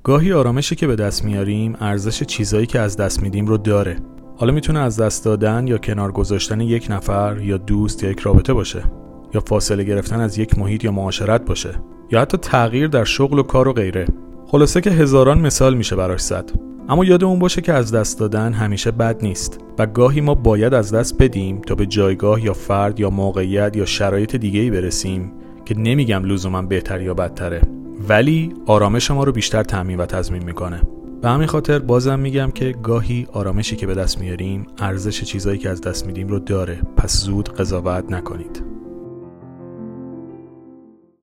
گاهی آرامشی که به دست میاریم ارزش چیزایی که از دست میدیم رو داره. حالا میتونه از دست دادن یا کنار گذاشتن یک نفر یا دوست یا یک رابطه باشه، یا فاصله گرفتن از یک محیط یا معاشرت باشه، یا حتی تغییر در شغل و کار و غیره. خلاصه که هزاران مثال میشه براش زد. اما یادمون باشه که از دست دادن همیشه بد نیست و گاهی ما باید از دست بدیم تا به جایگاه یا فرد یا موقعیت یا شرایط دیگه‌ای برسیم که نمیگم لزوما بهتر یا بدتره، ولی آرامش ما رو بیشتر تضمین و تضمین میکنه. به همین خاطر بازم میگم که گاهی آرامشی که به دست میاریم ارزش چیزایی که از دست میدیم رو داره، پس زود قضاوت نکنید.